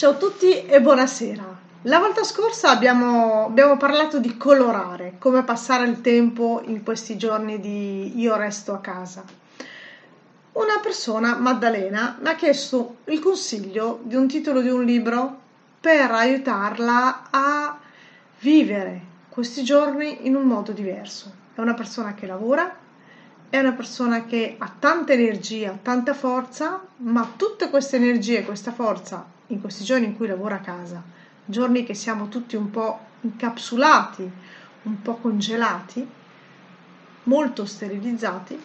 Ciao a tutti e buonasera. La volta scorsa abbiamo parlato di colorare, come passare il tempo in questi giorni di io resto a casa. Una persona, Maddalena, mi ha chiesto il consiglio di un titolo di un libro per aiutarla a vivere questi giorni in un modo diverso. È una persona che lavora, è una persona che ha tanta energia, tanta forza, ma tutte queste energie e questa forza in questi giorni in cui lavora a casa, giorni che siamo tutti un po' incapsulati, un po' congelati, molto sterilizzati,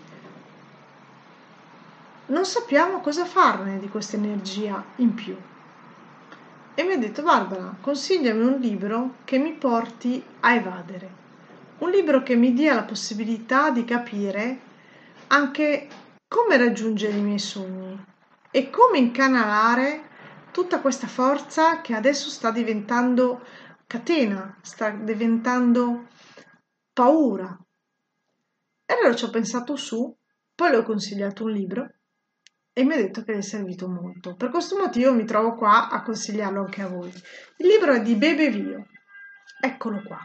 non sappiamo cosa farne di questa energia in più. E mi ha detto: Barbara, consigliami un libro che mi porti a evadere, un libro che mi dia la possibilità di capire anche come raggiungere i miei sogni e come incanalare tutta questa forza che adesso sta diventando catena, sta diventando paura. E allora ci ho pensato su, poi le ho consigliato un libro e mi ha detto che le è servito molto. Per questo motivo mi trovo qua a consigliarlo anche a voi. Il libro è di Bebe Vio. Eccolo qua.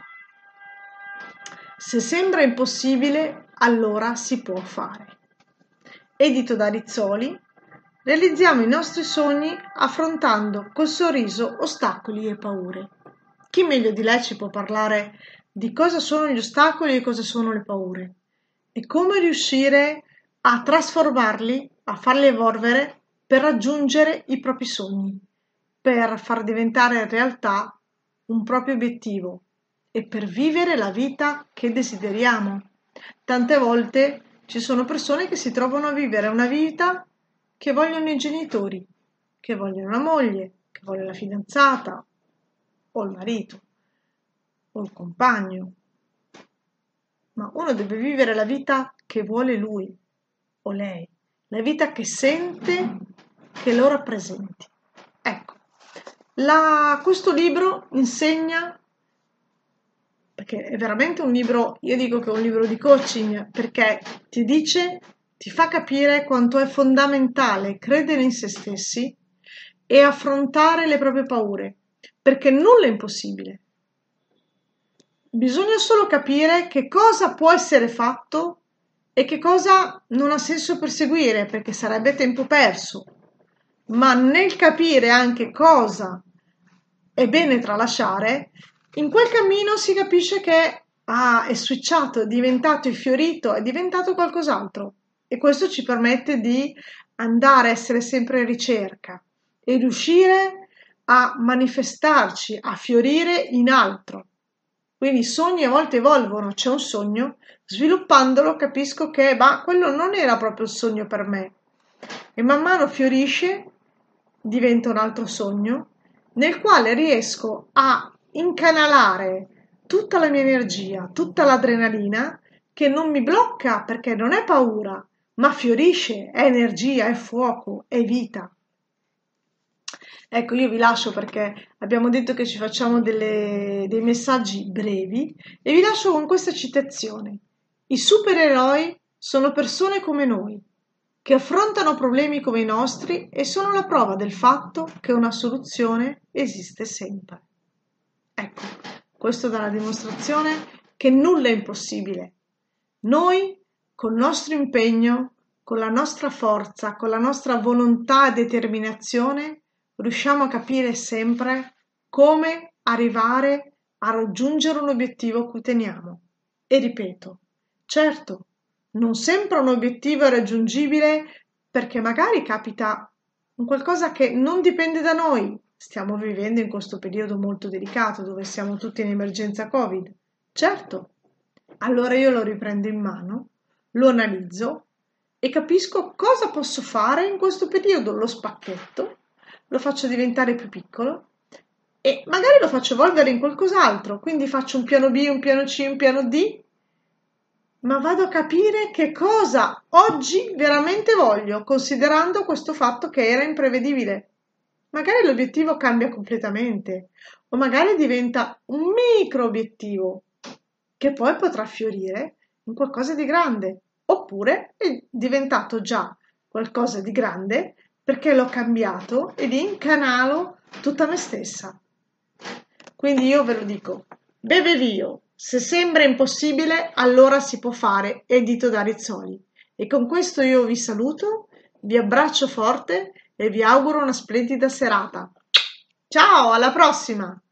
Se sembra impossibile, allora si può fare. Edito da Rizzoli, realizziamo i nostri sogni affrontando col sorriso ostacoli e paure. Chi meglio di lei ci può parlare di cosa sono gli ostacoli e cosa sono le paure e come riuscire a trasformarli, a farli evolvere per raggiungere i propri sogni, per far diventare realtà un proprio obiettivo e per vivere la vita che desideriamo. Tante volte ci sono persone che si trovano a vivere una vita che vogliono i genitori, che vogliono la moglie, che vogliono la fidanzata o il marito o il compagno. Ma uno deve vivere la vita che vuole lui o lei, la vita che sente che lo rappresenti. Ecco, questo libro insegna, perché è veramente un libro, io dico che è un libro di coaching, perché ti dice, ti fa capire quanto è fondamentale credere in se stessi e affrontare le proprie paure, perché nulla è impossibile. Bisogna solo capire che cosa può essere fatto e che cosa non ha senso perseguire, perché sarebbe tempo perso. Ma nel capire anche cosa è bene tralasciare, in quel cammino si capisce che è switchato, è diventato, è fiorito, è diventato qualcos'altro. E questo ci permette di andare a essere sempre in ricerca e riuscire a manifestarci, a fiorire in altro. Quindi i sogni a volte evolvono, c'è un sogno, sviluppandolo capisco che quello non era proprio il sogno per me e man mano fiorisce, diventa un altro sogno nel quale riesco a incanalare tutta la mia energia, tutta l'adrenalina che non mi blocca perché non è paura, ma fiorisce, è energia, è fuoco, è vita. Ecco, io vi lascio perché abbiamo detto che ci facciamo dei messaggi brevi e vi lascio con questa citazione. I supereroi sono persone come noi, che affrontano problemi come i nostri e sono la prova del fatto che una soluzione esiste sempre. Ecco, questo dà la dimostrazione che nulla è impossibile. Noi, col nostro impegno, con la nostra forza, con la nostra volontà e determinazione, riusciamo a capire sempre come arrivare a raggiungere un obiettivo a cui teniamo. E ripeto, certo, non sempre un obiettivo è raggiungibile perché magari capita un qualcosa che non dipende da noi. Stiamo vivendo in questo periodo molto delicato dove siamo tutti in emergenza Covid. Certo, allora io lo riprendo in mano, lo analizzo e capisco cosa posso fare in questo periodo, lo spacchetto, lo faccio diventare più piccolo e magari lo faccio evolvere in qualcos'altro, quindi faccio un piano B, un piano C, un piano D, ma vado a capire che cosa oggi veramente voglio, considerando questo fatto che era imprevedibile. Magari l'obiettivo cambia completamente, o magari diventa un micro obiettivo che poi potrà fiorire in qualcosa di grande, oppure è diventato già qualcosa di grande perché l'ho cambiato ed incanalo tutta me stessa. Quindi io ve lo dico, Bebevio, se sembra impossibile, allora si può fare, è Dito da Rizzoli. E con questo io vi saluto, vi abbraccio forte e vi auguro una splendida serata. Ciao, alla prossima!